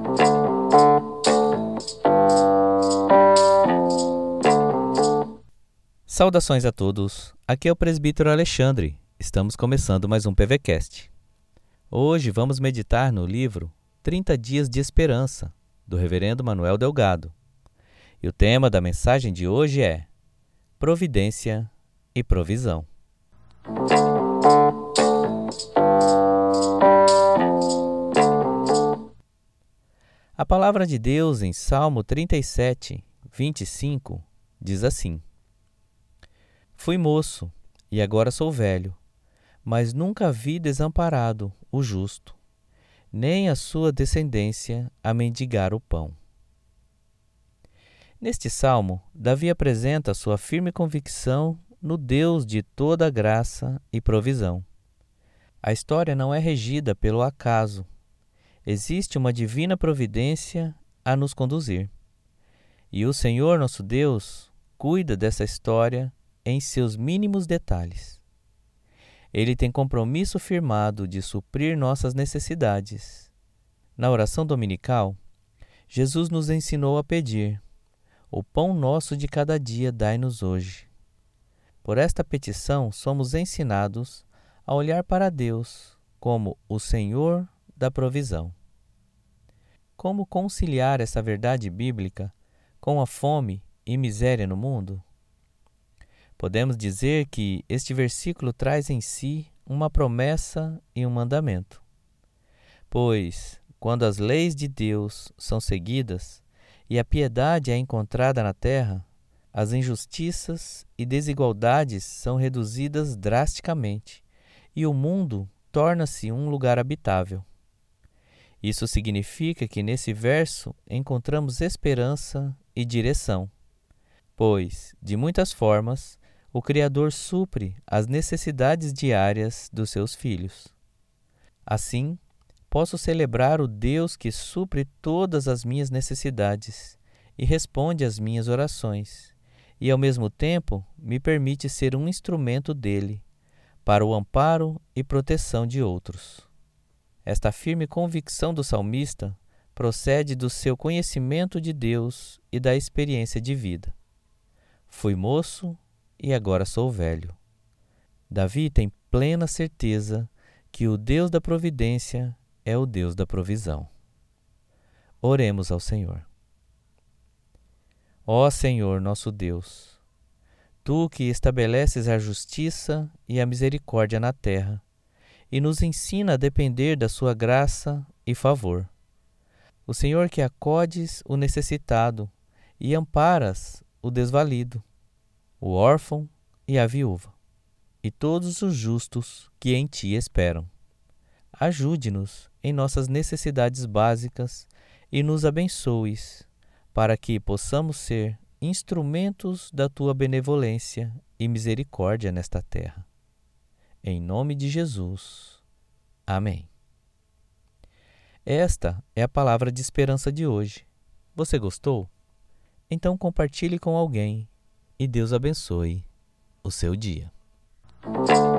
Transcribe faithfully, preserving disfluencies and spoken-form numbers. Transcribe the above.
Saudações a todos, aqui é o presbítero Alexandre, estamos começando mais um PVCast. Hoje vamos meditar no livro trinta Dias de Esperança, do reverendo Manuel Delgado. E o tema da mensagem de hoje é Providência e Provisão. A palavra de Deus em Salmo trinta e sete, vinte e cinco, diz assim: Fui moço, e agora sou velho, mas nunca vi desamparado o justo, nem a sua descendência a mendigar o pão. Neste salmo, Davi apresenta sua firme convicção no Deus de toda graça e provisão. A história não é regida pelo acaso. Existe uma divina providência a nos conduzir. E o Senhor nosso Deus cuida dessa história em seus mínimos detalhes. Ele tem compromisso firmado de suprir nossas necessidades. Na oração dominical, Jesus nos ensinou a pedir: o pão nosso de cada dia dai-nos hoje. Por esta petição, somos ensinados a olhar para Deus como o Senhor da provisão. Como conciliar essa verdade bíblica com a fome e miséria no mundo? Podemos dizer que este versículo traz em si uma promessa e um mandamento. Pois, quando as leis de Deus são seguidas e a piedade é encontrada na terra, as injustiças e desigualdades são reduzidas drasticamente e o mundo torna-se um lugar habitável. Isso significa que nesse verso encontramos esperança e direção, pois, de muitas formas, o Criador supre as necessidades diárias dos seus filhos. Assim, posso celebrar o Deus que supre todas as minhas necessidades e responde às minhas orações, e ao mesmo tempo me permite ser um instrumento dele para o amparo e proteção de outros. Esta firme convicção do salmista procede do seu conhecimento de Deus e da experiência de vida. Fui moço e agora sou velho. Davi tem plena certeza que o Deus da providência é o Deus da provisão. Oremos ao Senhor. Ó Senhor, nosso Deus, Tu que estabeleces a justiça e a misericórdia na terra, e nos ensina a depender da sua graça e favor. O Senhor que acodes o necessitado e amparas o desvalido, o órfão e a viúva, e todos os justos que em Ti esperam. Ajude-nos em nossas necessidades básicas e nos abençoes, para que possamos ser instrumentos da Tua benevolência e misericórdia nesta terra. Em nome de Jesus. Amém. Esta é a palavra de esperança de hoje. Você gostou? Então compartilhe com alguém e Deus abençoe o seu dia.